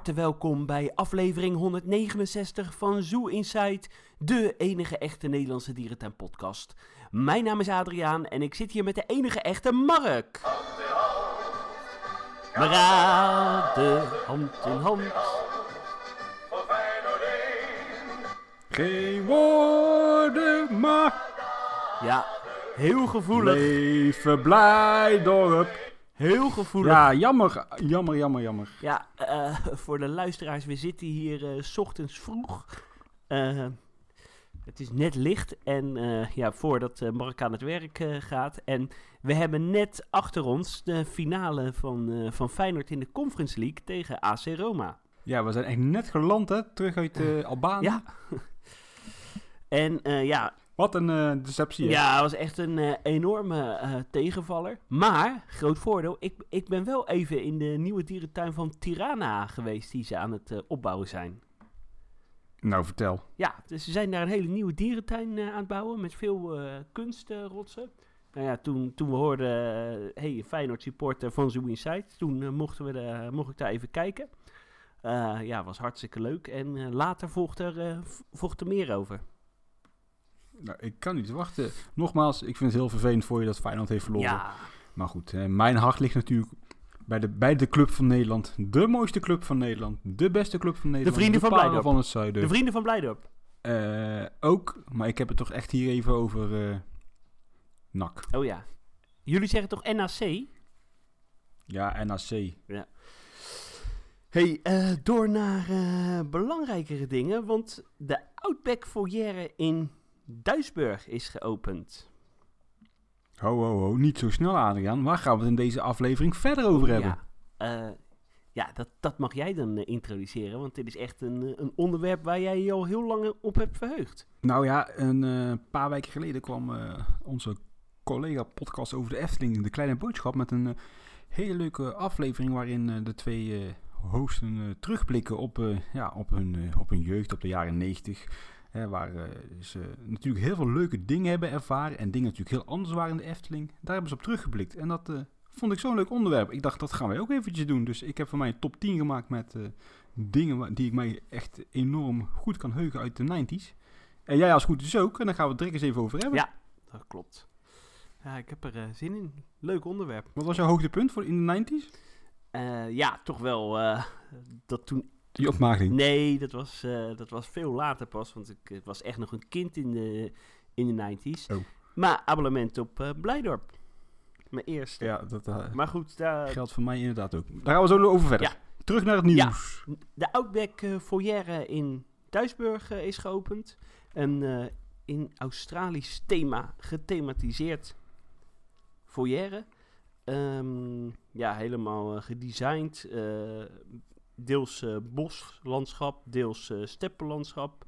harte welkom bij aflevering 169 van Zoo Inside, de enige echte Nederlandse dierentuinpodcast. Mijn naam is Adriaan en ik zit hier met de enige echte Mark. We raden hand in hand. Geen woorden, maar Ja, heel gevoelig. leven Blijdorp. Heel gevoelig. Ja, jammer. Ja, voor de luisteraars, we zitten hier 's ochtends vroeg. Het is net licht en voordat Mark aan het werk gaat. En we hebben net achter ons de finale van Feyenoord in de Conference League tegen AC Roma. Ja, we zijn echt net geland, hè, terug uit Albanië. Ja. En Wat een deceptie, hè? ja, het was echt een enorme tegenvaller. Maar, groot voordeel, ik ben wel even in de nieuwe dierentuin van Tirana geweest die ze aan het opbouwen zijn. Nou, vertel. Ja, dus ze zijn daar een hele nieuwe dierentuin aan het bouwen met veel kunstrotsen. Nou ja, toen we hoorden, Feyenoord supporter van Zoo Inside, toen mocht ik daar even kijken. Was hartstikke leuk en later volgt er meer over. Nou, ik kan niet wachten. Nogmaals, ik vind het heel vervelend voor je dat Feyenoord heeft verloren. Ja, Maar goed, mijn hart ligt natuurlijk bij de club van Nederland. De mooiste club van Nederland. De beste club van Nederland. Vrienden van Parel Blijdorp. van het Zuiden. de vrienden van Blijdorp. Ook, maar ik heb het toch echt hier even over NAC. Oh ja. Jullie zeggen toch NAC? Ja, NAC. Hey, door naar belangrijkere dingen, want de Outback Volière in Duisburg is geopend. Ho, niet zo snel, Adriaan. Waar gaan we het in deze aflevering verder over hebben? Dat mag jij dan introduceren, want dit is echt een onderwerp waar jij je al heel lang op hebt verheugd. Nou ja, een paar weken geleden kwam onze collega-podcast over de Efteling, De Kleine Boodschap, met een hele leuke aflevering waarin de twee hosten terugblikken op hun jeugd, op de jaren 90. Waar ze natuurlijk heel veel leuke dingen hebben ervaren en dingen natuurlijk heel anders waren in de Efteling. Daar hebben ze op teruggeblikt en dat vond ik zo'n leuk onderwerp. Ik dacht, dat gaan wij ook eventjes doen. Dus ik heb voor mij een top 10 gemaakt met dingen die ik mij echt enorm goed kan heugen uit de 90s. En jij als het goed is ook. En daar gaan we het direct eens even over hebben. Ja, dat klopt. Ja, ik heb er zin in. Leuk onderwerp. Wat was jouw hoogtepunt voor in de 90s? Toch wel dat toen... Die opmaking. Nee, dat was veel later pas, want ik was echt nog een kind in de 90s. Oh. Maar abonnement op Blijdorp. Mijn eerste. Ja, dat Maar goed, daar... geldt voor mij inderdaad ook. Daar gaan we zo over verder. Ja. Terug naar het nieuws. De Outback Volière in Duisburg is geopend. Een in Australisch thema gethematiseerd volière. Helemaal gedesigned. Deels boslandschap, deels steppenlandschap.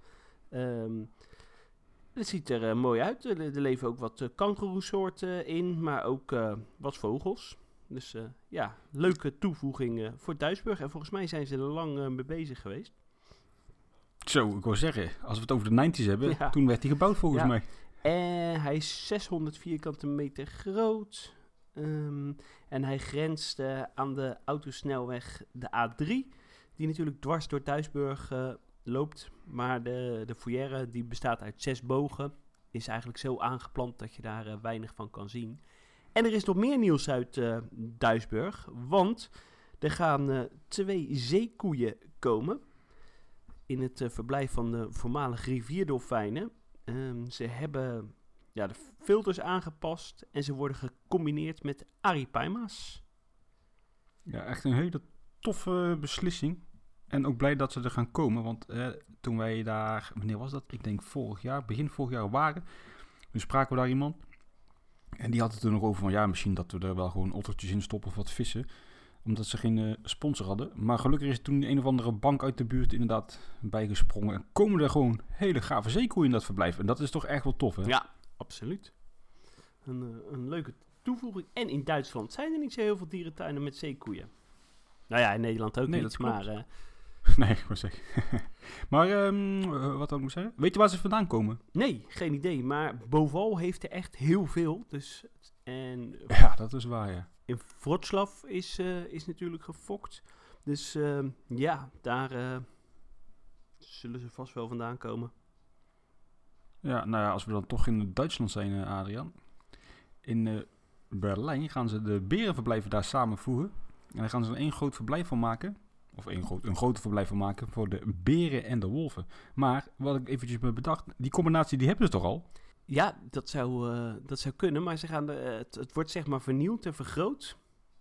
Het ziet er mooi uit. Er leven ook wat kangoeroesoorten in, maar ook wat vogels. Dus leuke toevoeging voor Duisburg. En volgens mij zijn ze er lang mee bezig geweest. Zo, ik wou zeggen, als we het over de 90s hebben, Ja. toen werd hij gebouwd volgens Ja. mij. Hij is 600 vierkante meter groot. En hij grenst aan de autosnelweg de A3, die natuurlijk dwars door Duisburg loopt. Maar de volière die bestaat uit 6 bogen, is eigenlijk zo aangeplant dat je daar weinig van kan zien. En er is nog meer nieuws uit Duisburg, want er gaan 2 zeekoeien komen in het verblijf van de voormalige rivierdolfijnen. Ze hebben de filters aangepast en ze worden gecombineerd met aripaima's. Ja, echt een hele toffe beslissing. En ook blij dat ze er gaan komen, want toen wij daar, wanneer was dat? Ik denk begin vorig jaar waren. Toen spraken we daar iemand. En die had het er nog over van, ja, misschien dat we er wel gewoon ottertjes in stoppen of wat vissen. Omdat ze geen sponsor hadden. Maar gelukkig is toen een of andere bank uit de buurt inderdaad bijgesprongen. En komen er gewoon hele gave zeekoeien in dat verblijf. En dat is toch echt wel tof, hè? Ja, absoluut. Een leuke toevoeging. En in Duitsland zijn er niet zo heel veel dierentuinen met zeekoeien. Nou ja, in Nederland ook Nee, niet, dat klopt. maar... Nee, ik wou zeggen. Maar wat wil ik zeggen? Weet je waar ze vandaan komen? Nee, geen idee. Maar Boval heeft er echt heel veel. Dus, en Ja, dat is waar, ja. in Wroclaw is natuurlijk gefokt. Dus daar zullen ze vast wel vandaan komen. Ja, nou ja, als we dan toch in Duitsland zijn, Adriaan. In Berlijn gaan ze de berenverblijven daar samenvoegen. En daar gaan ze er één groot verblijf van maken. Of een grote verblijf van maken voor de beren en de wolven. Maar, wat ik eventjes me bedacht, die combinatie die hebben ze toch al? Ja, dat zou kunnen, maar ze gaan het wordt zeg maar vernieuwd en vergroot.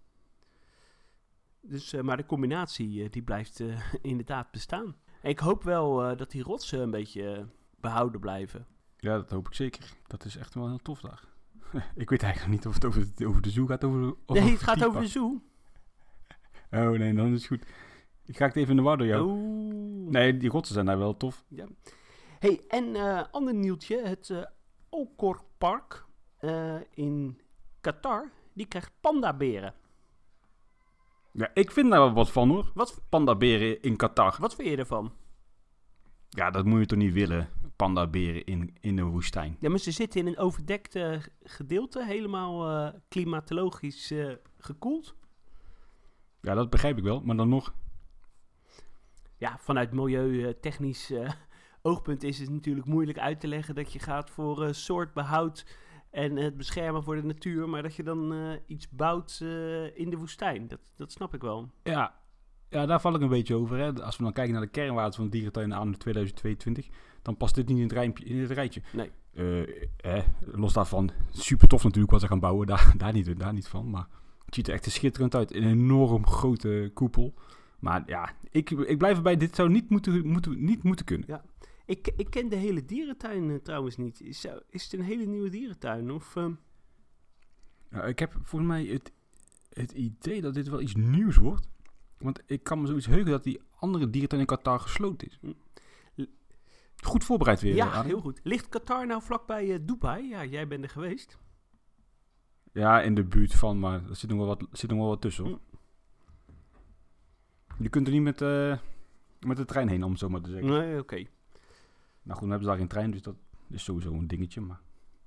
Dus, maar de combinatie die blijft inderdaad bestaan. En ik hoop wel dat die rotsen een beetje behouden blijven. Ja, dat hoop ik zeker. Dat is echt wel heel tof daar. Ik weet eigenlijk niet of het over de zoo gaat. Nee, het gaat over de zoo. Oh nee, dan is het goed. Ik ga het even in de war door jou. Oh. Nee, die rotsen zijn daar wel tof. Ja. Hey, en ander nieuwtje. Het Okor Park in Qatar, die krijgt pandaberen. Ja, ik vind daar wel wat van hoor. Wat? Pandaberen in Qatar. Wat vind je ervan? Ja, dat moet je toch niet willen. Pandaberen in de woestijn. Ja, maar ze zitten in een overdekt gedeelte, helemaal klimatologisch gekoeld. Ja, dat begrijp ik wel, maar dan nog. Ja, vanuit milieutechnisch oogpunt is het natuurlijk moeilijk uit te leggen dat je gaat voor soortbehoud en het beschermen voor de natuur, maar dat je dan iets bouwt in de woestijn. Dat snap ik wel. Ja, daar val ik een beetje over. Hè. Als we dan kijken naar de kernwaarden van de dierentuin anno 2022, dan past dit niet in het rijtje. Nee. Los daarvan, super tof natuurlijk wat ze gaan bouwen, daar niet van. Maar het ziet er echt schitterend uit. Een enorm grote koepel. Maar ja, ik blijf erbij, dit zou niet moeten kunnen. Ja. Ik ken de hele dierentuin trouwens niet. Is het een hele nieuwe dierentuin? Of, ik heb volgens mij het idee dat dit wel iets nieuws wordt. Want ik kan me zoiets heugen dat die andere dierentuin in Qatar gesloten is. Goed voorbereid weer. Ja, Adam. heel goed. Ligt Qatar nou vlakbij Dubai? Ja, jij bent er geweest. Ja, in de buurt van, maar er zit nog wel wat tussen hoor. Je kunt er niet met de trein heen, om het zo maar te zeggen. Nee, oké. Nou goed, dan hebben ze daar geen trein, dus dat is sowieso een dingetje. Maar...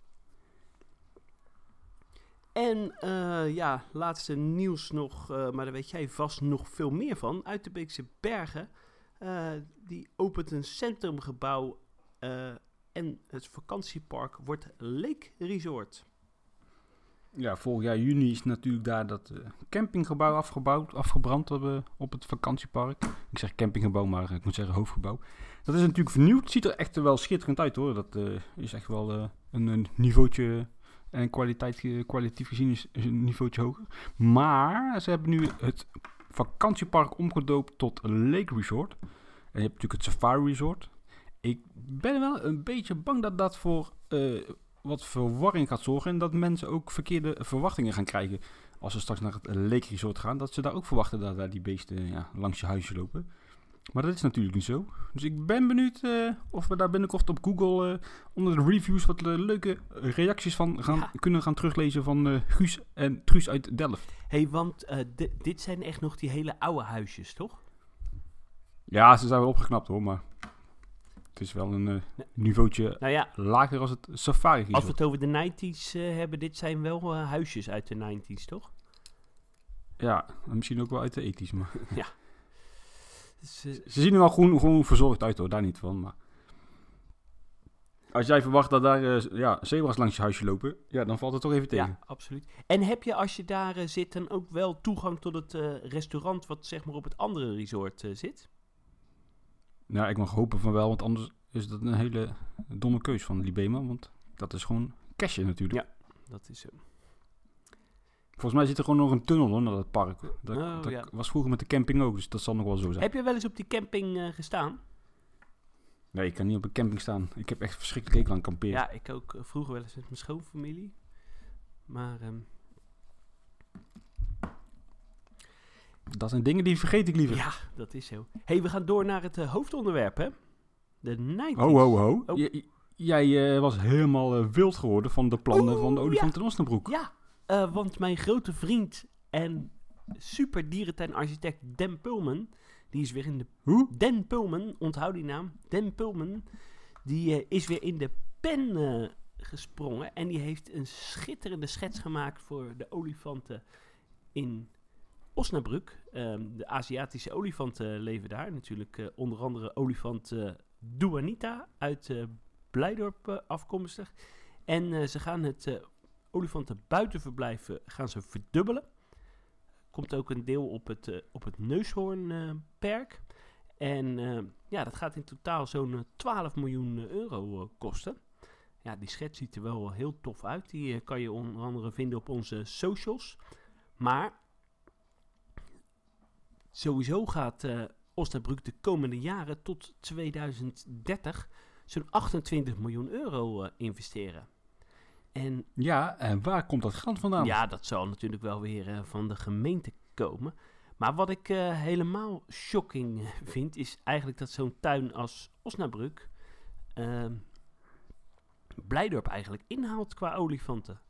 En laatste nieuws nog, maar daar weet jij vast nog veel meer van. Uit de Beekse Bergen, die opent een centrumgebouw en het vakantiepark wordt Lake Resort. Ja, vorig jaar juni is natuurlijk daar dat campinggebouw afgebrand op het vakantiepark. Ik zeg campinggebouw, maar ik moet zeggen hoofdgebouw. Dat is natuurlijk vernieuwd. Ziet er echt wel schitterend uit hoor. Dat is echt wel een niveautje en kwalitatief gezien is een niveautje hoger. Maar ze hebben nu het vakantiepark omgedoopt tot Lake Resort. En je hebt natuurlijk het Safari Resort. Ik ben wel een beetje bang dat dat voor... wat verwarring gaat zorgen en dat mensen ook verkeerde verwachtingen gaan krijgen als ze straks naar het Lake Resort gaan, dat ze daar ook verwachten dat daar die beesten langs je huisje lopen. Maar dat is natuurlijk niet zo. Dus ik ben benieuwd of we daar binnenkort op Google onder de reviews wat leuke reacties van kunnen gaan teruglezen van Guus en Truus uit Delft. Hey, want dit zijn echt nog die hele oude huisjes, toch? Ja, ze zijn wel opgeknapt hoor, maar... Het is wel een niveautje lager als het Safari Resort. Als we het over de 90's hebben, dit zijn wel huisjes uit de 90's, toch? Ja, misschien ook wel uit de 80's, maar... Ja. Dus, ze zien er wel gewoon verzorgd uit hoor, daar niet van, maar... Als jij verwacht dat daar zebra's langs je huisje lopen, ja, dan valt het toch even tegen. Ja, absoluut. En heb je als je daar zit dan ook wel toegang tot het restaurant wat zeg maar op het andere resort zit? Nou, ik mag hopen van wel, want anders is dat een hele domme keus van Libema. Want dat is gewoon cashje natuurlijk. Ja, dat is zo. Volgens mij zit er gewoon nog een tunnel hoor, naar dat park. Dat was vroeger met de camping ook, dus dat zal nog wel zo zijn. Heb je wel eens op die camping gestaan? Nee, ik kan niet op een camping staan. Ik heb echt verschrikkelijk hekel aan kamperen. Ja, ik ook vroeger wel eens met mijn schoonfamilie. Maar... dat zijn dingen die vergeet ik liever. Ja, dat is zo. Hey, we gaan door naar het hoofdonderwerp, hè? De 90's. Ho. Oh. Jij was helemaal wild geworden van de plannen van de olifant in Osnabrück. Ja, want mijn grote vriend en super dierentuinarchitect Dan Pulman, die is weer in de... Hoe? Dan Pulman, onthoud die naam. Dan Pulman, die is weer in de pen gesprongen en die heeft een schitterende schets gemaakt voor de olifanten in Osnabrück. De Aziatische olifanten leven daar. Natuurlijk onder andere olifant Douanita uit Blijdorp afkomstig. En ze gaan het olifantenbuitenverblijf gaan ze verdubbelen. Komt ook een deel op het Neushoornperk. En dat gaat in totaal zo'n 12 miljoen euro kosten. Ja, die schets ziet er wel heel tof uit. Die kan je onder andere vinden op onze socials. Maar sowieso gaat Osnabrück de komende jaren tot 2030 zo'n 28 miljoen euro investeren. En waar komt dat geld vandaan? ja, dat zal natuurlijk wel weer van de gemeente komen. Maar wat ik helemaal shocking vind, is eigenlijk dat zo'n tuin als Osnabrück Blijdorp eigenlijk inhaalt qua olifanten.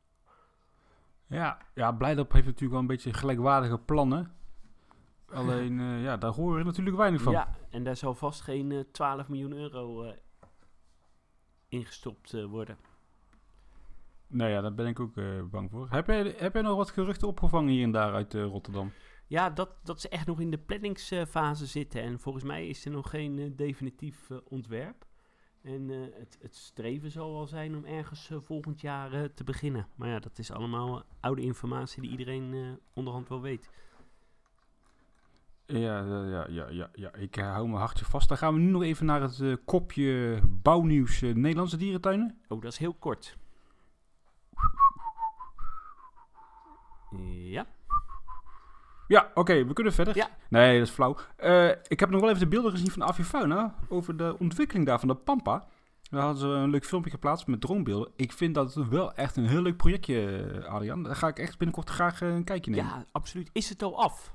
Ja, Blijdorp heeft natuurlijk wel een beetje gelijkwaardige plannen. Alleen, daar horen we natuurlijk weinig van. Ja, en daar zal vast geen 12 miljoen euro ingestopt worden. Nou ja, daar ben ik ook bang voor. Heb jij nog wat geruchten opgevangen hier en daar uit Rotterdam? Ja, dat ze echt nog in de planningsfase zitten. En volgens mij is er nog geen definitief ontwerp. En het streven zal wel zijn om ergens volgend jaar te beginnen. Maar ja, dat is allemaal oude informatie die iedereen onderhand wel weet. Ja. Ik hou mijn hartje vast. Dan gaan we nu nog even naar het kopje bouwnieuws Nederlandse dierentuinen. Oh, dat is heel kort. Ja. Ja, oké, we kunnen verder. Ja. Nee, dat is flauw. Ik heb nog wel even de beelden gezien van de Avifauna over de ontwikkeling daar van de Pampa. Daar hadden ze een leuk filmpje geplaatst met dronebeelden. Ik vind dat wel echt een heel leuk projectje, Adriaan. Daar ga ik echt binnenkort graag een kijkje nemen. Ja, absoluut. Is het al af?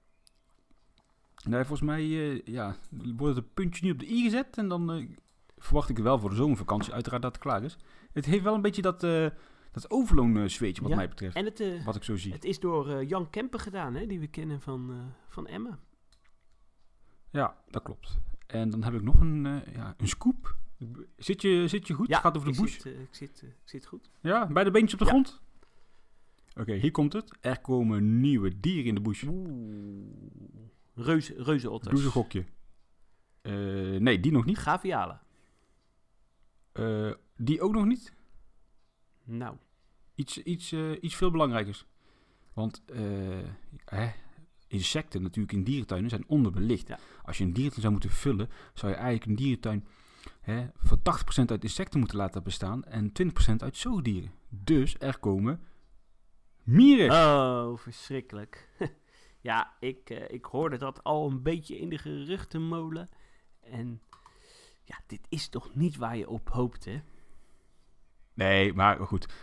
Nee, volgens mij wordt het puntje nu op de i gezet. En dan verwacht ik wel voor de zomervakantie uiteraard dat het klaar is. Het heeft wel een beetje dat overloon-zweetje wat mij betreft. En wat ik zo zie. Het is door Jan Kempen gedaan, hè, die we kennen van Emmen. Ja, dat klopt. En dan heb ik nog een scoop. Zit je goed? Ja, het gaat over de bush. Ik zit goed. Ja, beide beentjes op de grond? Oké, hier komt het. Er komen nieuwe dieren in de bush. Reuzenotters. Doe eens een gokje. Nee, die nog niet. Gavialen. Die ook nog niet. Nou. Iets veel belangrijkers. Want insecten natuurlijk in dierentuinen zijn onderbelicht. Ja. Als je een dierentuin zou moeten vullen, zou je eigenlijk een dierentuin voor 80% uit insecten moeten laten bestaan en 20% uit zoogdieren. Dus er komen mieren. Oh, verschrikkelijk. Ja, ik hoorde dat al een beetje in de geruchtenmolen. En ja, dit is toch niet waar je op hoopt, hè? Nee, maar goed.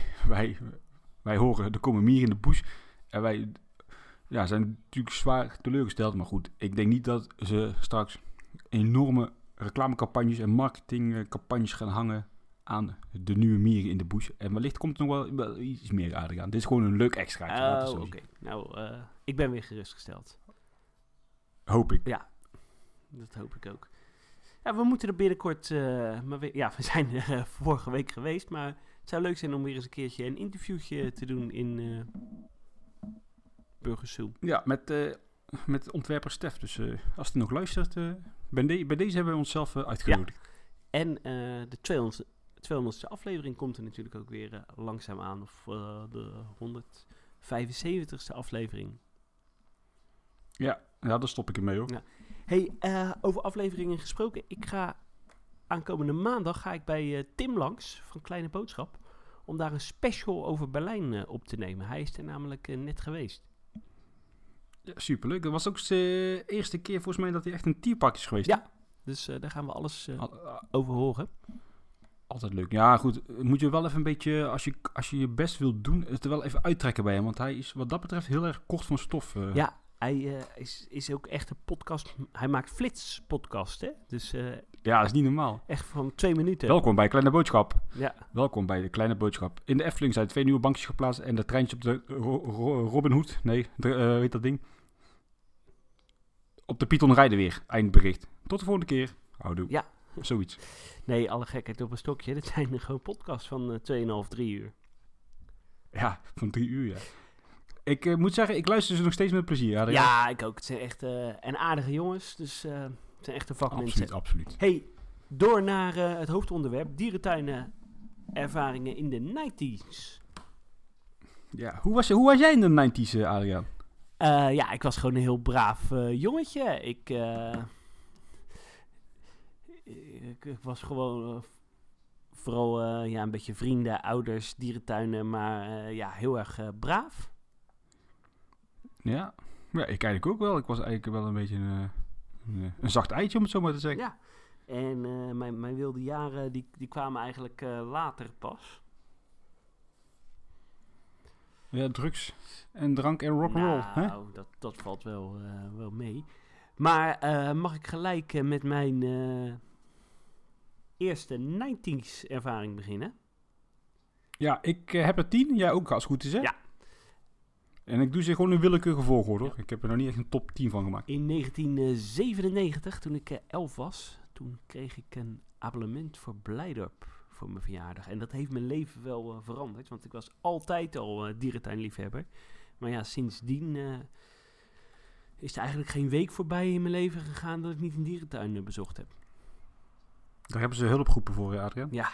Wij horen, er komen mieren in de bush. En wij zijn natuurlijk zwaar teleurgesteld. Maar goed, ik denk niet dat ze straks enorme reclamecampagnes en marketingcampagnes gaan hangen aan de nieuwe mieren in de bush. En wellicht komt er nog wel iets meer aan. Dit is gewoon een leuk extraatje. Oké. Nou, ik ben weer gerustgesteld. Hoop ik. Ja, dat hoop ik ook. Ja, we moeten er binnenkort... we zijn er vorige week geweest, maar het zou leuk zijn om weer eens een keertje een interviewtje te doen in Burgersoe. Ja, met ontwerper Stef. Dus als hij nog luistert, bij deze hebben we onszelf uitgenodigd. Ja. En de 200ste aflevering komt er natuurlijk ook weer langzaam aan. Of de 175ste aflevering. Ja, daar stop ik ermee hoor. Ja. Hey, over afleveringen gesproken. Aankomende maandag ga ik bij Tim langs van Kleine Boodschap. Om daar een special over Berlijn op te nemen. Hij is er namelijk net geweest. Ja, superleuk. Dat was ook de eerste keer volgens mij dat hij echt een tierpark is geweest. Ja, dus daar gaan we alles over horen. Altijd leuk. Ja, goed. Moet je wel even een beetje, als je je best wilt doen, het er wel even uittrekken bij hem. Want hij is wat dat betreft heel erg kort van stof. Ja, hij is ook echt een podcast. Hij maakt flitspodcast, hè? Dus, ja, dat is niet normaal. Echt van 2 minuten. Welkom bij Kleine Boodschap. Ja. Welkom bij de Kleine Boodschap. In de Efteling zijn 2 nieuwe bankjes geplaatst en de treintje op de Robin Hood. Nee, weet dat ding? Op de Python rijden weer. Eindbericht. Tot de volgende keer. Houdoe. Ja. Zoiets. Nee, alle gekheid op een stokje. Dit zijn gewoon podcasts van 2,5, 3 uur. Ja, van 3 uur, ja. Ik moet zeggen, ik luister ze nog steeds met plezier. Adriaan. Ja, ik ook. Het zijn echt en aardige jongens, dus het zijn echte vakmensen. Absoluut. Hey, door naar het hoofdonderwerp, dierentuinen ervaringen in de 90s. Ja, hoe was jij in de 90s, Adriaan? Ja, ik was gewoon een heel braaf jongetje. Ik was gewoon vooral een beetje vrienden, ouders, dierentuinen, maar heel erg braaf. Ja, ik eigenlijk ook wel. Ik was eigenlijk wel een beetje een zacht eitje, om het zo maar te zeggen. Ja, en mijn wilde jaren, die kwamen eigenlijk later pas. Ja, drugs en drank en rock'n'roll. Nou, dat valt wel mee. Maar mag ik gelijk met mijn eerste 90s ervaring beginnen? Ja, ik heb er 10. Jij ook, als het goed is, hè? Ja. En ik doe ze gewoon in willekeurige volgorde, hoor. Ja. Ik heb er nog niet echt een top 10 van gemaakt. In 1997, toen ik 11 was, toen kreeg ik een abonnement voor Blijdorp voor mijn verjaardag. En dat heeft mijn leven wel veranderd, want ik was altijd al dierentuinliefhebber. Maar ja, sindsdien is er eigenlijk geen week voorbij in mijn leven gegaan dat ik niet een dierentuin bezocht heb. Daar hebben ze hulpgroepen voor, Adriaan. Ja.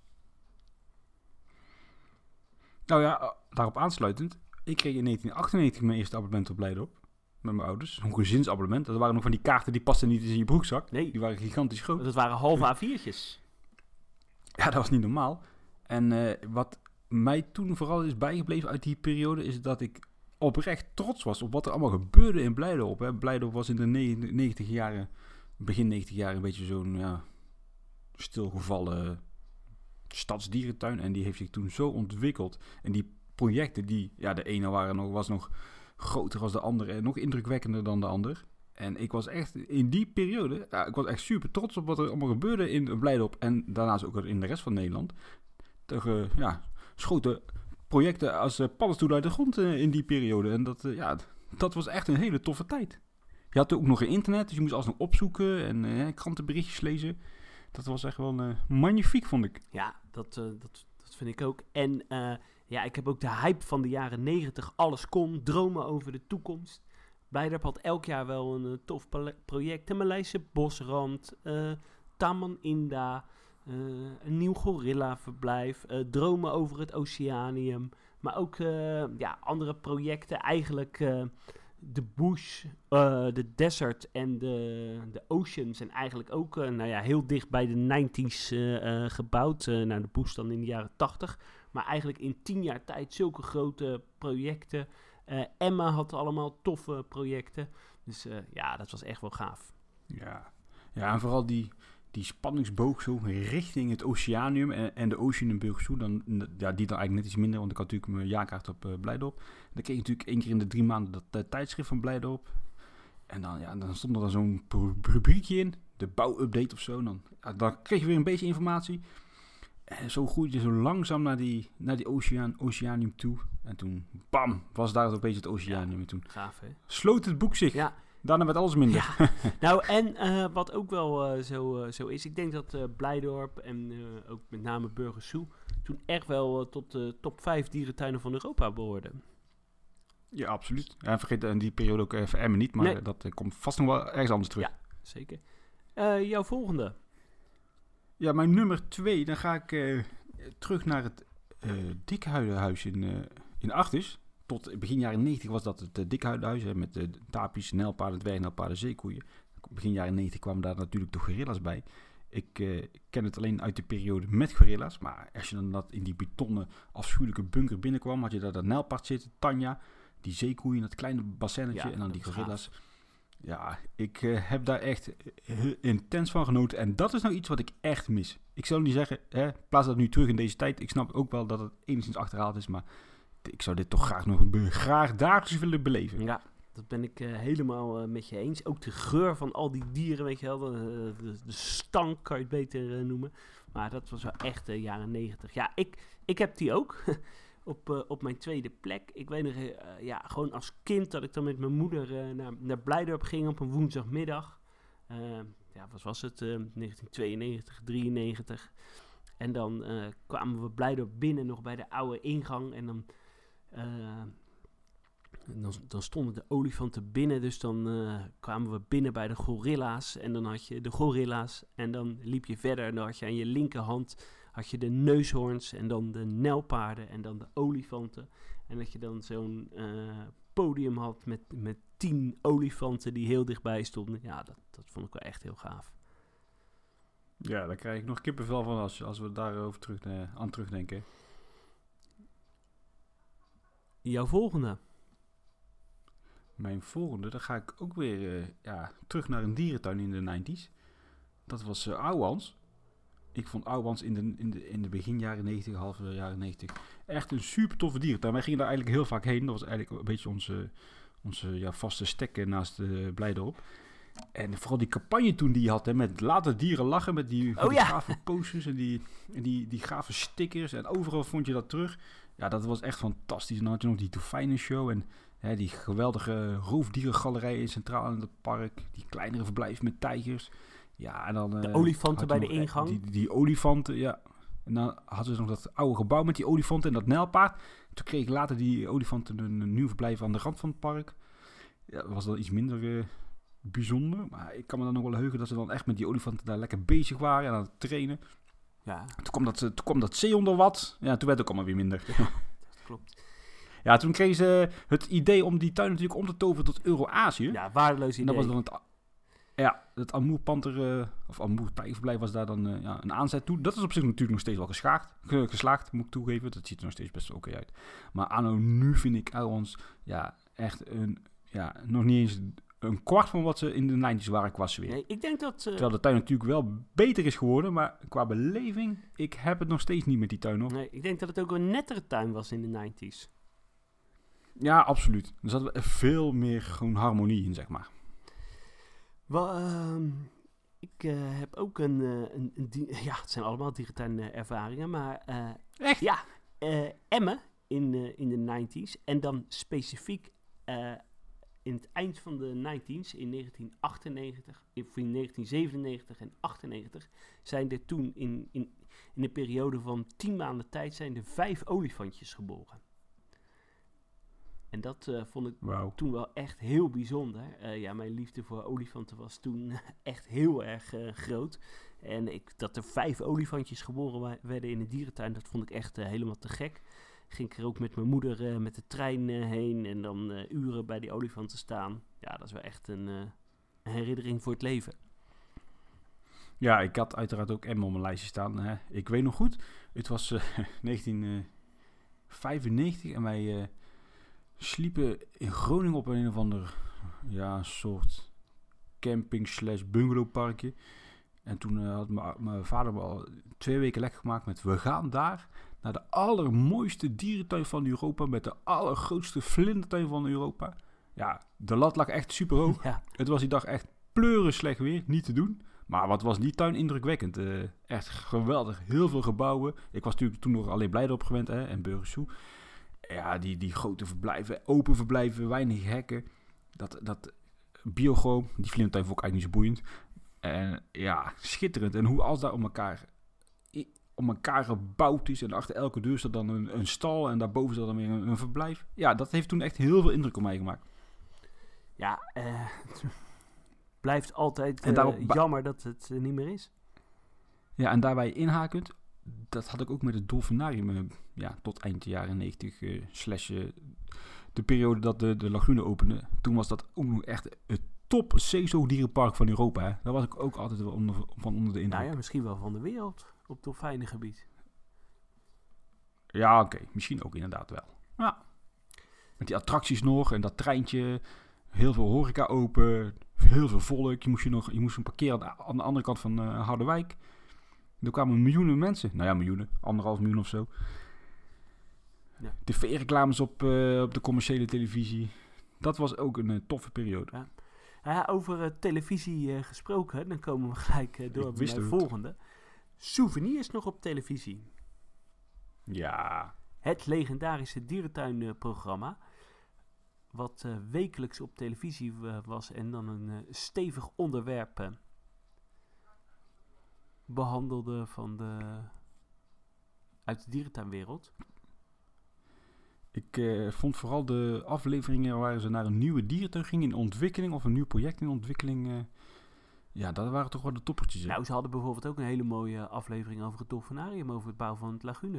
Nou ja, daarop aansluitend. Ik kreeg in 1998 mijn eerste abonnement op Blijdorp. Met mijn ouders. Een gezinsabonnement. Dat waren nog van die kaarten die pasten niet eens in je broekzak. Nee. Die waren gigantisch groot. Dat waren halve A4'tjes. Ja, dat was niet normaal. En wat mij toen vooral is bijgebleven uit die periode, is dat ik oprecht trots was op wat er allemaal gebeurde in Blijdorp. Hè. Blijdorp was in de 90 jaren, begin 90 jaar, een beetje zo'n stilgevallen stadsdierentuin. En die heeft zich toen zo ontwikkeld. En die projecten, de ene was nog groter als de andere en nog indrukwekkender dan de ander. En ik was echt in die periode, ik was echt super trots op wat er allemaal gebeurde in Blijdorp en daarnaast ook in de rest van Nederland. Er schoten projecten als paddenstoelen uit de grond in die periode. En dat was echt een hele toffe tijd. Je had ook nog geen internet, dus je moest alsnog opzoeken en krantenberichtjes lezen. Dat was echt wel magnifiek, vond ik. Ja, dat vind ik ook. En ik heb ook de hype van de jaren 90. Alles kon, dromen over de toekomst. Blijdorp had elk jaar wel een tof project. De Maleise Bosrand, Taman Inda, een nieuw gorillaverblijf, dromen over het Oceanium. Maar ook andere projecten. Eigenlijk de bush, de desert en de ocean zijn eigenlijk ook heel dicht bij de 90s gebouwd. De bush dan in de jaren 80. Maar eigenlijk in 10 jaar tijd zulke grote projecten. Emma had allemaal toffe projecten. Dus dat was echt wel gaaf. Ja, en vooral die spanningsboog zo richting het Oceanium en de Oceanenburg zo. Die dan eigenlijk net iets minder, want ik had natuurlijk mijn jaarkaart op Blijdorp. Dan kreeg je natuurlijk 1 keer in de 3 maanden dat tijdschrift van Blijdorp. En dan stond er dan zo'n rubriekje in, de bouwupdate of zo. Dan kreeg je weer een beetje informatie. En zo groeide je zo langzaam naar die Oceanium toe. En toen, bam, was daar opeens het Oceanium. En toen gaaf, hè? sloot het boek zich. Ja. Daarna werd alles minder. Ja. Nou, en wat ook wel zo is, ik denk dat Blijdorp en ook met name Burgersoe toen echt wel tot de top 5 dierentuinen van Europa behoorden. Ja, absoluut. En vergeet in die periode ook even Emmen niet, maar Nee. dat komt vast nog wel ergens anders terug. Ja, zeker. Jouw volgende. Ja, mijn nummer 2, dan ga ik terug naar het Dikhuidenhuis in Artis. Tot begin jaren 90 was dat het Dikhuidenhuis, met de tapies, nijlpaarden, dwergnijlpaarden, zeekoeien. Begin jaren 90 kwamen daar natuurlijk de gorilla's bij. Ik ken het alleen uit de periode met gorilla's, maar als je dan in die betonnen afschuwelijke bunker binnenkwam, had je daar dat nijlpaard zitten, Tanja, die zeekoeien, dat kleine bassennetje en dan die gorilla's. Gaaf. Ja, ik heb daar echt intens van genoten. En dat is nou iets wat ik echt mis. Ik zou niet zeggen, plaats dat nu terug in deze tijd. Ik snap ook wel dat het enigszins achterhaald is, maar ik zou dit toch graag dagelijks willen beleven. Ja, dat ben ik helemaal met je eens. Ook de geur van al die dieren, weet je wel. De stank kan je het beter noemen. Maar dat was wel echt jaren 90. Ja, ik heb die ook. Op mijn tweede plek. Ik weet nog, gewoon als kind dat ik dan met mijn moeder naar Blijdorp ging op een woensdagmiddag. Wat was het? 1992, 93. En dan kwamen we Blijdorp binnen nog bij de oude ingang. En dan dan stonden de olifanten binnen, dus dan kwamen we binnen bij de gorilla's. En dan had je de gorilla's en dan liep je verder en dan had je aan je linkerhand had je de neushoorns en dan de nijlpaarden en dan de olifanten. En dat je dan zo'n podium had met 10 olifanten die heel dichtbij stonden. Ja, dat vond ik wel echt heel gaaf. Ja, daar krijg ik nog kippenvel van als we daarover aan terugdenken. Jouw volgende? Mijn volgende, dan ga ik ook weer terug naar een dierentuin in de 90's. Dat was Ouwehans. Ik vond Ouwehans in de begin jaren 90, halve jaren 90, echt een super toffe dierentuin. Wij gingen daar eigenlijk heel vaak heen. Dat was eigenlijk een beetje onze vaste stekken naast Blijdorp. En vooral die campagne toen die je had, hè, met laten dieren lachen, met die gave posters en die gave stickers. En overal vond je dat terug. Ja, dat was echt fantastisch. En dan had je nog die dolfijnenshow en die geweldige roofdierengalerij in centraal in het park. Die kleinere verblijf met tijgers. Ja, en dan de olifanten bij de ingang. Die olifanten, ja. En dan hadden ze nog dat oude gebouw met die olifanten en dat nijlpaard. Toen kreeg ik later die olifanten een nieuw verblijf aan de rand van het park. Ja, dat was dan iets minder bijzonder. Maar ik kan me dan nog wel heugen dat ze dan echt met die olifanten daar lekker bezig waren en aan het trainen. Ja. Toen kwam dat zeehondenwad. Ja, toen werd het ook allemaal weer minder. Ja, dat klopt. Ja, toen kregen ze het idee om die tuin natuurlijk om te toveren tot Euro-Azië. Ja, waardeloos idee. En dat was dan het Amoer Panther of Amoer Tijgerverblijf was daar dan een aanzet toe. Dat is op zich natuurlijk nog steeds wel geslaagd, moet ik toegeven. Dat ziet er nog steeds best oké uit. Maar anno nu vind ik Ouwehans echt nog niet eens een kwart van wat ze in de 90's waren qua sfeer. Nee, ik denk dat... Terwijl de tuin natuurlijk wel beter is geworden, maar qua beleving, ik heb het nog steeds niet met die tuin hoor. Nee, ik denk dat het ook een nettere tuin was in de 90's. Ja, absoluut. Er zat veel meer gewoon harmonie in, zeg maar. Wel, ik heb ook het zijn allemaal dierentuin ervaringen, maar... Echt? Ja, Emmen in de 90's en dan specifiek in het eind van de 90's, in 1998, of in 1997 en 98, zijn er toen in een periode van 10 maanden tijd zijn er 5 olifantjes geboren. En dat vond ik toen wel echt heel bijzonder. Mijn liefde voor olifanten was toen echt heel erg groot. En dat er 5 olifantjes geboren werden in de dierentuin, dat vond ik echt helemaal te gek. Ging ik er ook met mijn moeder met de trein heen en dan uren bij die olifanten staan. Ja, dat is wel echt een herinnering voor het leven. Ja, ik had uiteraard ook Emmen op mijn lijstje staan. Hè. Ik weet nog goed, het was 1995 en wij sliepen in Groningen op een of ander soort camping/bungalowparkje. En toen had mijn vader me al 2 weken lekker gemaakt met we gaan daar naar de allermooiste dierentuin van Europa met de allergrootste vlindertuin van Europa. Ja, de lat lag echt super hoog. Ja. Het was die dag echt pleuren slecht weer, niet te doen. Maar wat was die tuin indrukwekkend. Echt geweldig, heel veel gebouwen. Ik was natuurlijk toen nog alleen Blijdorp gewend en Burgersoe. Ja, die grote verblijven, open verblijven, weinig hekken. Dat biogroom, die vlindertuin vond ik eigenlijk niet zo boeiend. En ja, schitterend. En hoe als daar om elkaar gebouwd is en achter elke deur staat dan een stal en daarboven staat dan weer een verblijf. Ja, dat heeft toen echt heel veel indruk op mij gemaakt. Ja, blijft altijd jammer dat het niet meer is. Ja, en daarbij inhakend, dat had ik ook met het Dolfinarium tot eind jaren 90 de periode dat de lagune opende. Toen was dat ook nog echt het top zeezoogdierenpark van Europa. Hè. Daar was ik ook altijd wel onder de indruk. Nou ja, misschien wel van de wereld op dolfijnengebied. Ja, oké. Misschien ook inderdaad wel. Ja. Met die attracties nog en dat treintje. Heel veel horeca open. Heel veel volk. Je moest parkeren aan de andere kant van Harderwijk. Er kwamen miljoenen mensen. Nou ja, miljoenen. 1,5 miljoen of zo. Ja. TV-reclames op de commerciële televisie. Dat was ook een toffe periode. Ja. Over televisie gesproken, dan komen we gelijk door bij de volgende. Souvenirs nog op televisie. Ja. Het legendarische dierentuinprogramma. Wat wekelijks op televisie was en dan een stevig onderwerp behandelde uit de dierentuinwereld. Ik vond vooral de afleveringen waar ze naar een nieuwe dierentuin gingen in ontwikkeling of een nieuw project in ontwikkeling. Dat waren toch wel de toppertjes. Hè? Nou, ze hadden bijvoorbeeld ook een hele mooie aflevering over het dolfinarium, over het bouwen van het lagune.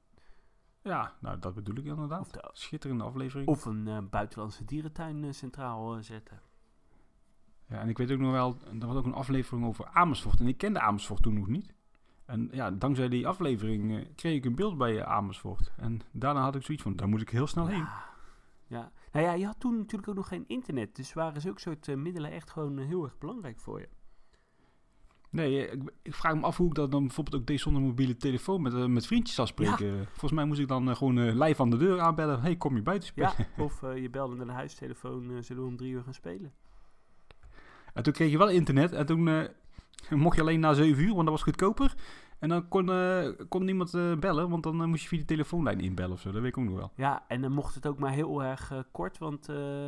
Ja, nou dat bedoel ik inderdaad. Schitterende aflevering. Of een buitenlandse dierentuin centraal zetten. Ja, en ik weet ook nog wel, er was ook een aflevering over Amersfoort. En ik kende Amersfoort toen nog niet. En ja, dankzij die aflevering kreeg ik een beeld bij Amersfoort. En daarna had ik zoiets van, daar moet ik heel snel heen. Ja. Nou ja, je had toen natuurlijk ook nog geen internet. Dus waren zulke soort middelen echt gewoon heel erg belangrijk voor je. Nee, ik vraag me af hoe ik dat dan bijvoorbeeld ook deed zonder mobiele telefoon met vriendjes afspreken. Ja. Volgens mij moest ik dan gewoon live aan de deur aanbellen. Hey, kom je buiten spelen? Ja, of je belde naar de huistelefoon, zullen we om 3 uur gaan spelen? En toen kreeg je wel internet en toen mocht je alleen na 7 uur, want dat was goedkoper. En dan kon niemand bellen, want dan moest je via de telefoonlijn inbellen of zo. Dat weet ik ook nog wel. Ja, en dan mocht het ook maar heel erg kort, want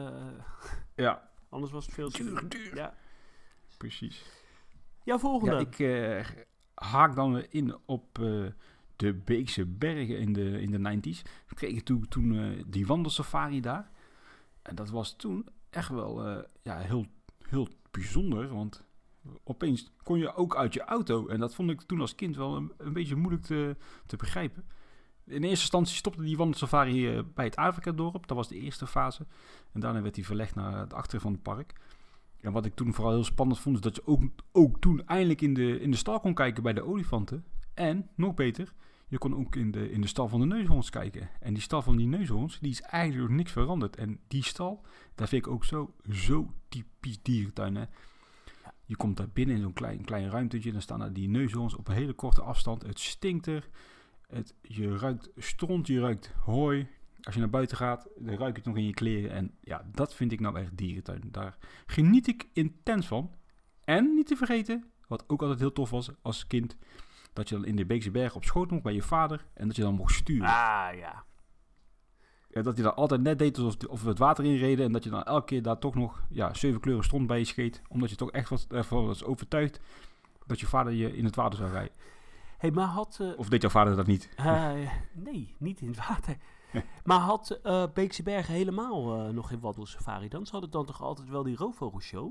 ja. Anders was het veel te duur. Ja. Precies. Jouw volgende. Ja, ik haak dan in op de Beekse Bergen in de 90's. We kregen toen die wandelsafari daar. En dat was toen echt wel heel bijzonder, want opeens kon je ook uit je auto. En dat vond ik toen als kind wel een beetje moeilijk te begrijpen. In eerste instantie stopte die wandelsafari bij het Afrika-dorp. Dat was de eerste fase. En daarna werd hij verlegd naar het achteren van het park. En wat ik toen vooral heel spannend vond, is dat je ook toen eindelijk in de stal kon kijken bij de olifanten. En, nog beter, je kon ook in de stal van de neushoorns kijken. En die stal van die neushoorns, die is eigenlijk nog niks veranderd. En die stal, daar vind ik ook zo typisch dierentuin, hè. Je komt daar binnen in zo'n klein ruimtetje. Dan staan daar die neushoorns op een hele korte afstand. Het stinkt er. Je ruikt stront, je ruikt hooi. Als je naar buiten gaat, dan ruik je het nog in je kleren. En ja, dat vind ik nou echt dierentuin. Daar geniet ik intens van. En niet te vergeten, wat ook altijd heel tof was als kind, dat je dan in de Beekse Bergen op schoot mocht bij je vader. En dat je dan mocht sturen. Ah, ja. Ja, dat hij dan altijd net deed alsof we het water inreden. En dat je dan elke keer daar toch nog 7 kleuren stront bij je scheet. Omdat je toch echt was overtuigd dat je vader je in het water zou rijden. Hey, maar of deed jouw vader dat niet? Nee, niet in het water. Maar had Beekse Bergen helemaal nog geen wandelsafari dan? Ze hadden dan toch altijd wel die roofvogelshow?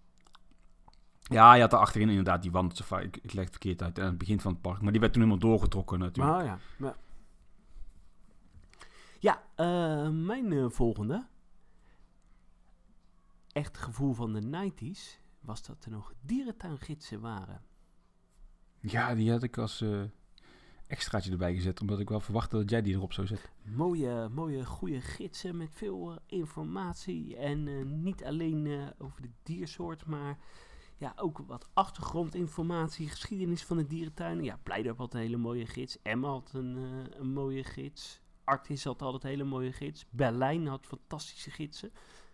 Ja, je had daar achterin inderdaad die wandelsafari. Ik leg het verkeerd uit aan het begin van het park. Maar die werd toen helemaal doorgetrokken natuurlijk. Ah, ja. Ja, mijn volgende. Echt gevoel van de 90's was dat er nog dierentuingidsen waren. Ja, die had ik als extraatje erbij gezet, omdat ik wel verwachtte dat jij die erop zou zetten. Mooie, goede gidsen met veel informatie. En niet alleen over de diersoort, maar ja, ook wat achtergrondinformatie, geschiedenis van de dierentuin. Ja, Blijdorp had een hele mooie gids. Emma had een mooie gids. Artis had altijd hele mooie gids. Berlijn had fantastische gidsen.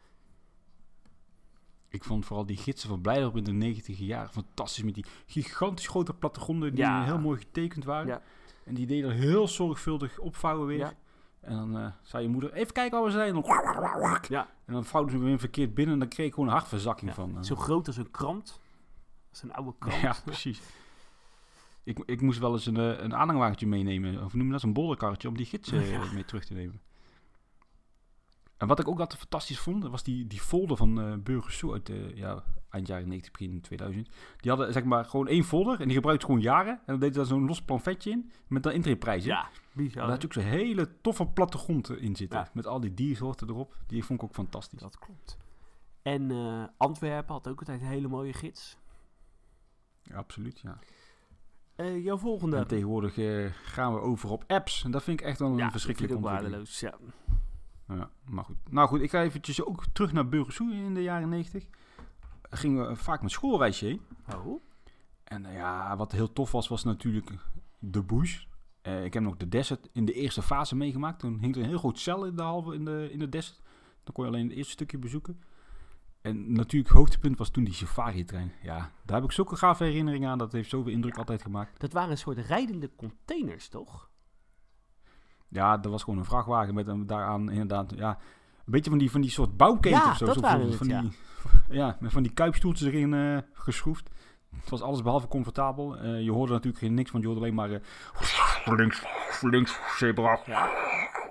Ik vond vooral die gidsen van Blijdorp in de 90 jaren fantastisch. Met die gigantisch grote plattegronden die heel mooi getekend waren. Ja. En die deden heel zorgvuldig opvouwen weer. Ja. En dan zei je moeder, even kijken waar we zijn. En dan vouwden ze weer verkeerd binnen en dan kreeg ik gewoon een hartverzakking van. Zo groot als een krant. Als een oude krant. Ja, precies. Ik moest wel eens een aanhangwagentje meenemen. Of noem je dat, een bolderkarretje om die gidsen mee terug te nemen. En wat ik ook altijd fantastisch vond, was die folder van Burgersoe uit eind jaren 90, begin 2000. Die hadden zeg maar gewoon 1 folder en die gebruikte gewoon jaren. En dan deed je daar zo'n los pamfletje in met dan intreprijzen. Ja, bizar. Daar had je ook zo'n hele toffe plattegrond in zitten. Ja. Met al die diersoorten erop. Die vond ik ook fantastisch. Dat klopt. En Antwerpen had ook altijd een hele mooie gids. Ja, absoluut, ja. Jouw volgende. En tegenwoordig gaan we over op apps. En dat vind ik echt wel een verschrikkelijk ontwikkeling. Waardeloos, ja. Ja, maar goed. Nou goed, ik ga eventjes ook terug naar Burgersoe in de jaren 90. Gingen we vaak met schoolreisje heen. Oh. En wat heel tof was natuurlijk de bush. Ik heb nog de desert in de eerste fase meegemaakt. Toen hing er een heel groot cel in de desert. Dan kon je alleen het eerste stukje bezoeken. En natuurlijk het hoogtepunt was toen die safari-trein. Ja, daar heb ik zulke gave herinneringen aan. Dat heeft zoveel indruk altijd gemaakt. Dat waren een soort rijdende containers, toch? Ja, dat was gewoon een vrachtwagen met daaraan inderdaad, een beetje van die soort bouwketen of zo. Dat waren het, met van die kuipstoeltjes erin geschroefd. Het was alles behalve comfortabel. Je hoorde natuurlijk niks, want je hoorde alleen maar links, zebra. Ja.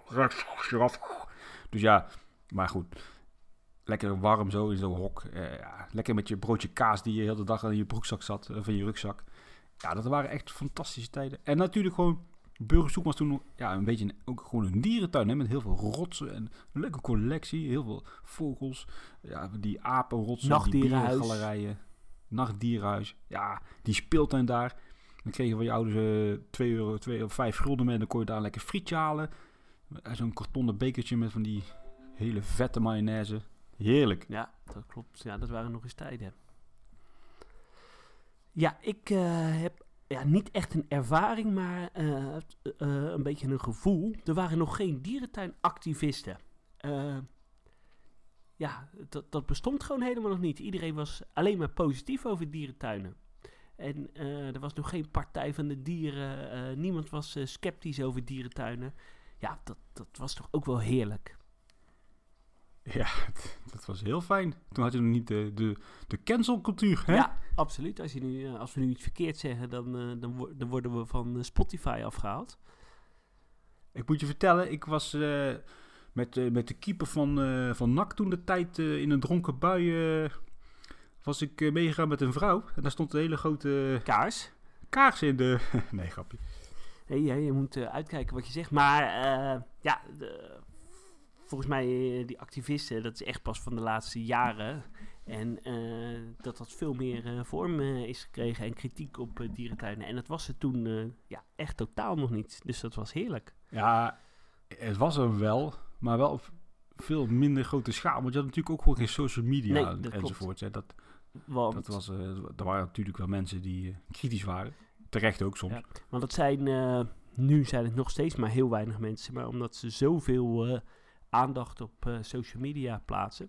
giraf. Dus ja, maar goed. Lekker warm zo in zo'n hok. Lekker met je broodje kaas die je de hele dag in je broekzak zat. Of in je rugzak. Ja, dat waren echt fantastische tijden. En natuurlijk gewoon... Burgersoek was toen een beetje ook gewoon een dierentuin. Hè, met heel veel rotsen en een leuke collectie. Heel veel vogels. Ja, die apenrotsen. Nachtdierenhuis. Die dierengalerijen. Nachtdierenhuis. Ja, die speeltuin daar. Dan kregen we je ouders €2 of 5 gulden mee. En dan kon je daar lekker frietje halen. Zo'n kartonnen bekertje met van die hele vette mayonaise. Heerlijk. Ja, dat klopt. Ja, dat waren nog eens tijden. Ja, ik heb niet echt een ervaring, maar een beetje een gevoel. Er waren nog geen dierentuinactivisten. Dat bestond gewoon helemaal nog niet. Iedereen was alleen maar positief over dierentuinen. En er was nog geen partij van de dieren. Niemand was sceptisch over dierentuinen. Ja, dat was toch ook wel heerlijk. Ja, dat was heel fijn. Toen had je nog niet de cancelcultuur, hè? Ja, absoluut. Als we nu iets verkeerd zeggen, dan worden we van Spotify afgehaald. Ik moet je vertellen, ik was met de keeper van NAC toen de tijd in een dronken bui... was ik meegegaan met een vrouw. En daar stond een hele grote... Kaars in de... Nee, grapje. Nee, je moet uitkijken wat je zegt. Maar volgens mij die activisten, dat is echt pas van de laatste jaren. En dat veel meer vorm is gekregen en kritiek op dierentuinen. En dat was er toen echt totaal nog niet. Dus dat was heerlijk. Ja, het was er wel, maar wel op veel minder grote schaal. Want je had natuurlijk ook gewoon geen social media enzovoort. Hè. Er waren natuurlijk wel mensen die kritisch waren. Terecht ook soms. Ja, want dat zijn, nu zijn het nog steeds maar heel weinig mensen. Maar omdat ze zoveel aandacht op social media plaatsen.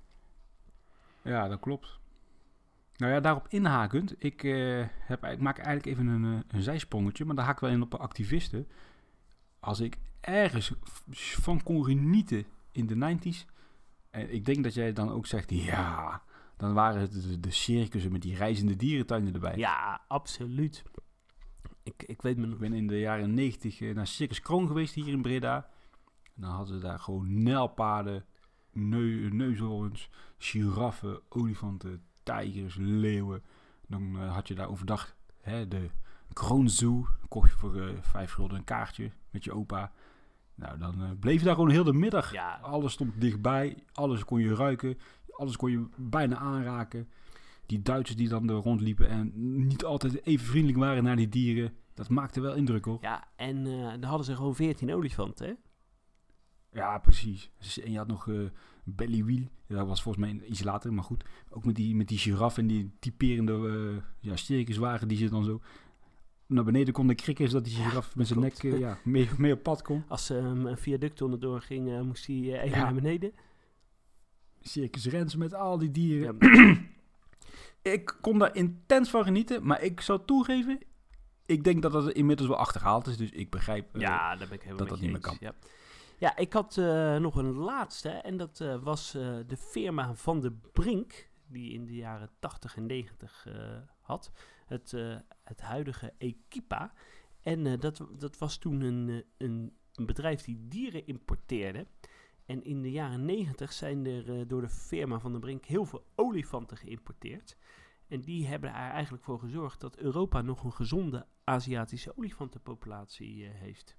Ja, dat klopt. Nou ja, daarop inhakend. Ik maak eigenlijk even een zijsprongetje. Maar daar haak ik wel in op activisten. Als ik ergens van kon genieten in de 90's. En ik denk dat jij dan ook zegt, ja, dan waren het de circussen met die reizende dierentuinen erbij. Ja, absoluut. Ik ben in de jaren 90 naar Circus Kroon geweest hier in Breda. En dan hadden ze daar gewoon nijlpaarden, neushoorns, giraffen, olifanten, tijgers, leeuwen. Dan had je daar overdag de Kroonzoo. Kocht je voor 5 gulden een kaartje met je opa. Nou, dan bleef je daar gewoon heel de middag. Ja. Alles stond dichtbij, alles kon je ruiken, alles kon je bijna aanraken. Die Duitsers die dan er rondliepen en niet altijd even vriendelijk waren naar die dieren. Dat maakte wel indruk, hoor. Ja, en dan hadden ze gewoon 14 olifanten, hè? Ja, precies. En je had nog Bellywheel. Dat was volgens mij iets later, maar goed. Ook met die giraf en die typerende circuswagen die ze dan zo naar beneden konden krikken, zodat die giraf met zijn nek mee op pad kon. Als een viaduct onderdoor ging, moest hij even naar beneden. Circus Rens met al die dieren. Ja. Ik kon daar intens van genieten, maar ik zal toegeven, ik denk dat dat inmiddels wel achterhaald is, dus ik begrijp daar ben ik helemaal dat niet meer kan. Ja, ik had nog een laatste en dat was de firma Van de Brink, die in de jaren 80 en 90 had. Het huidige Equipa. En dat was toen een bedrijf die dieren importeerde. En in de jaren 90 zijn er door de firma Van de Brink heel veel olifanten geïmporteerd. En die hebben er eigenlijk voor gezorgd dat Europa nog een gezonde Aziatische olifantenpopulatie heeft.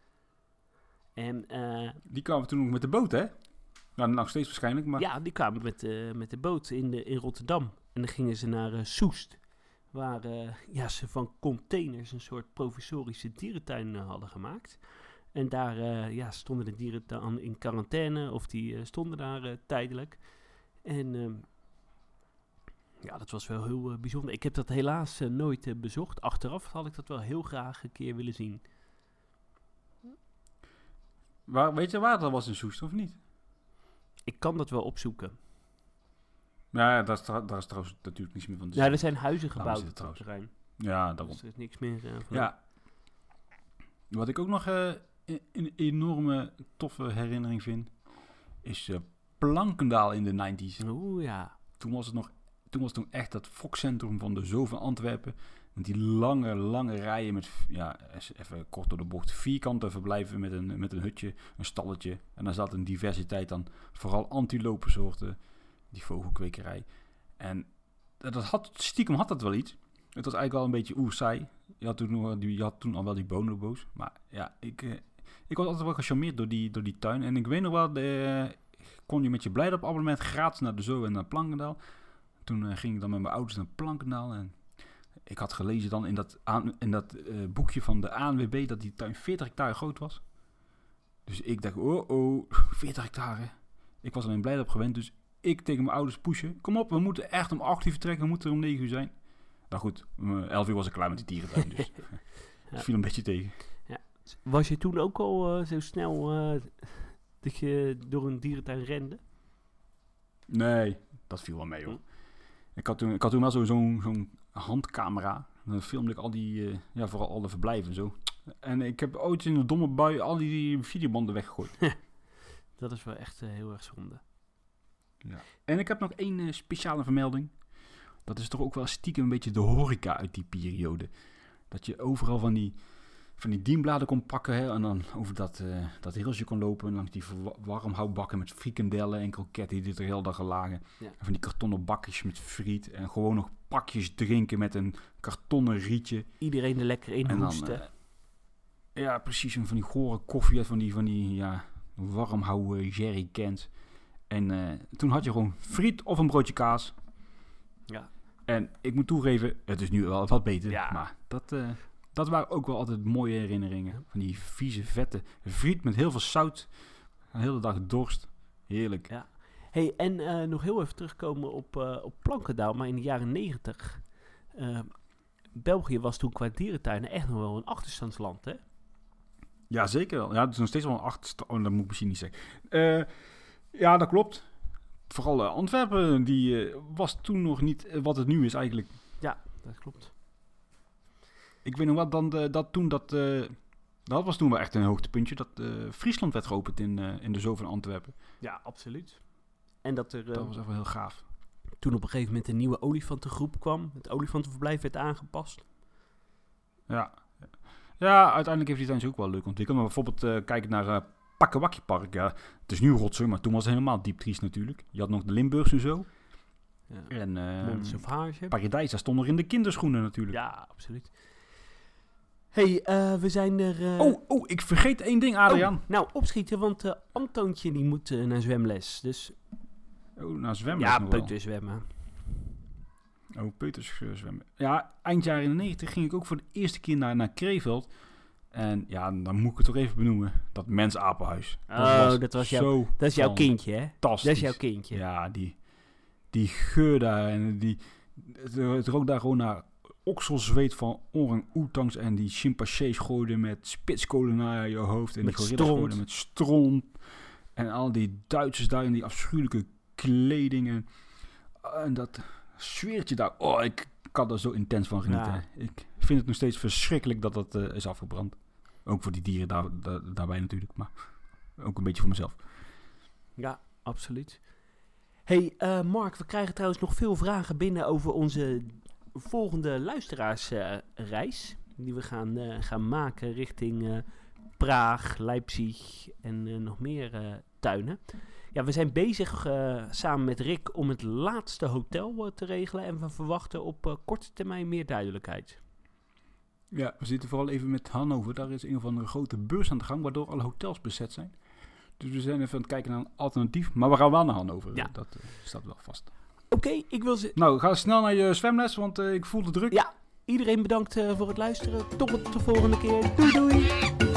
En, die kwamen toen nog met de boot, hè? Nou, nog steeds waarschijnlijk, maar... Ja, die kwamen met de boot in Rotterdam. En dan gingen ze naar Soest, waar ze van containers een soort provisorische dierentuin hadden gemaakt. En daar stonden de dieren dan in quarantaine, of die stonden daar tijdelijk. En dat was wel heel bijzonder. Ik heb dat helaas nooit bezocht. Achteraf had ik dat wel heel graag een keer willen zien. Weet je waar dat was in Soest, of niet? Ik kan dat wel opzoeken. Ja, daar is trouwens natuurlijk niets meer van. Ja, er zijn huizen gebouwd op het terrein. Ja, daarom. Dus er is niks meer van. Ja. Wat ik ook nog een enorme toffe herinnering vind, is Plankendaal in de 90's. Oeh, ja. Toen was het echt dat fokcentrum van de Zoo van Antwerpen. Want die lange rijen met, even kort door de bocht, vierkante verblijven met een hutje, een stalletje. En daar zat een diversiteit aan, vooral antilopensoorten, die vogelkwekerij. En stiekem had dat wel iets. Het was eigenlijk wel een beetje saai. Je had toen al wel die bonobo's. Maar ja, ik was altijd wel gecharmeerd door die tuin. En ik weet nog wel, kon je met je Blijdorp abonnement gratis naar de Zoo en naar Plankendaal. Toen ging ik dan met mijn ouders naar Plankendaal. En ik had gelezen dan in dat boekje van de ANWB dat die tuin 40 hectare groot was. Dus ik dacht, 40 hectare. Ik was al in Blijdorp gewend, dus ik tegen mijn ouders pushen. Kom op, we moeten echt om 8 uur vertrekken, we moeten er om 9 uur zijn. Nou goed, 11 uur was ik klaar met die dierentuin, dus het viel een beetje tegen. Ja. Was je toen ook al zo snel dat je door een dierentuin rende? Nee, dat viel wel mee hoor. Ik had toen wel zo'n handcamera. Dan filmde ik al die, vooral alle verblijven en zo. En ik heb ooit in een domme bui al die videobanden weggegooid. Dat is wel echt heel erg zonde. Ja. En ik heb nog één speciale vermelding. Dat is toch ook wel stiekem een beetje de horeca uit die periode. Dat je overal van die dienbladen kon pakken. Hè, en dan over dat hilsje kon lopen. Langs die warmhoutbakken met frikandellen en kroketten die er heel dag lagen. Ja. En van die kartonnen bakjes met friet. En gewoon nog pakjes drinken met een kartonnen rietje. Iedereen er lekker in hoesten. Ja, precies. En van die gore koffie uit van die warmhout jerrycans. En toen had je gewoon friet of een broodje kaas. Ja. En ik moet toegeven, het is nu wel wat beter. Ja. Maar dat waren ook wel altijd mooie herinneringen. Van die vieze, vette friet met heel veel zout. De hele dag dorst. Heerlijk. Ja. Hey, en nog heel even terugkomen op Plankendaal, maar in de jaren 90. België was toen qua dierentuinen echt nog wel een achterstandsland, hè? Ja, zeker wel. Ja, het is nog steeds wel een achterstand. Oh, dat moet ik misschien niet zeggen. Ja, dat klopt. Vooral Antwerpen, die was toen nog niet wat het nu is eigenlijk. Ja, dat klopt. Ik weet nog wat, dat was toen wel echt een hoogtepuntje. Dat Friesland werd geopend in de Zoo van Antwerpen. Ja, absoluut. En dat was echt wel heel gaaf. Toen op een gegeven moment een nieuwe olifantengroep kwam. Het olifantenverblijf werd aangepast. Ja, uiteindelijk heeft die tuin zich ook wel leuk ontwikkeld. Maar bijvoorbeeld kijken naar Pakkewakkie Park. Ja, het is nu rotzooi, maar toen was het helemaal diep triest natuurlijk. Je had nog de Limburgse Zoo. Ja. En Montsauvage. Paradijs, daar stond nog in de kinderschoenen natuurlijk. Ja, absoluut. Hey, we zijn er... ik vergeet één ding, Adriaan. Opschieten, want Antoontje die moet naar zwemles. Dus... naar zwemles ja, nog wel. peuterzwemmen. Peuters zwemmen. Ja, eind jaren 90 ging ik ook voor de eerste keer naar Krefeld. En ja, dan moet ik het toch even benoemen. Dat mensapenhuis. Dat is jouw kindje, hè? Fantastisch. Dat is jouw kindje. Ja, die geur daar. En het rook daar gewoon naar okselzweet van orang-oetangs. En die chimpansees gooiden met spitskolen naar je hoofd. En met die gorillas gooiden met stront. En al die Duitsers daar in die afschuwelijke kledingen. En dat sfeertje daar. Oh, ik kan er zo intens van genieten. Ja. Ik vind het nog steeds verschrikkelijk dat dat is afgebrand. Ook voor die dieren daarbij natuurlijk. Maar ook een beetje voor mezelf. Ja, absoluut. Hey, Mark, we krijgen trouwens nog veel vragen binnen over onze volgende luisteraarsreis. Die we gaan maken richting Praag, Leipzig en nog meer tuinen. Ja, we zijn bezig samen met Rick om het laatste hotel te regelen. En we verwachten op korte termijn meer duidelijkheid. Ja, we zitten vooral even met Hannover. Daar is een of andere grote beurs aan de gang, waardoor alle hotels bezet zijn. Dus we zijn even aan het kijken naar een alternatief. Maar we gaan wel naar Hannover. Ja. Dat staat wel vast. Oké, ik wil ze... Nou, ga snel naar je zwemles, want ik voel de druk. Ja, iedereen bedankt voor het luisteren. Tot de volgende keer. Doei doei!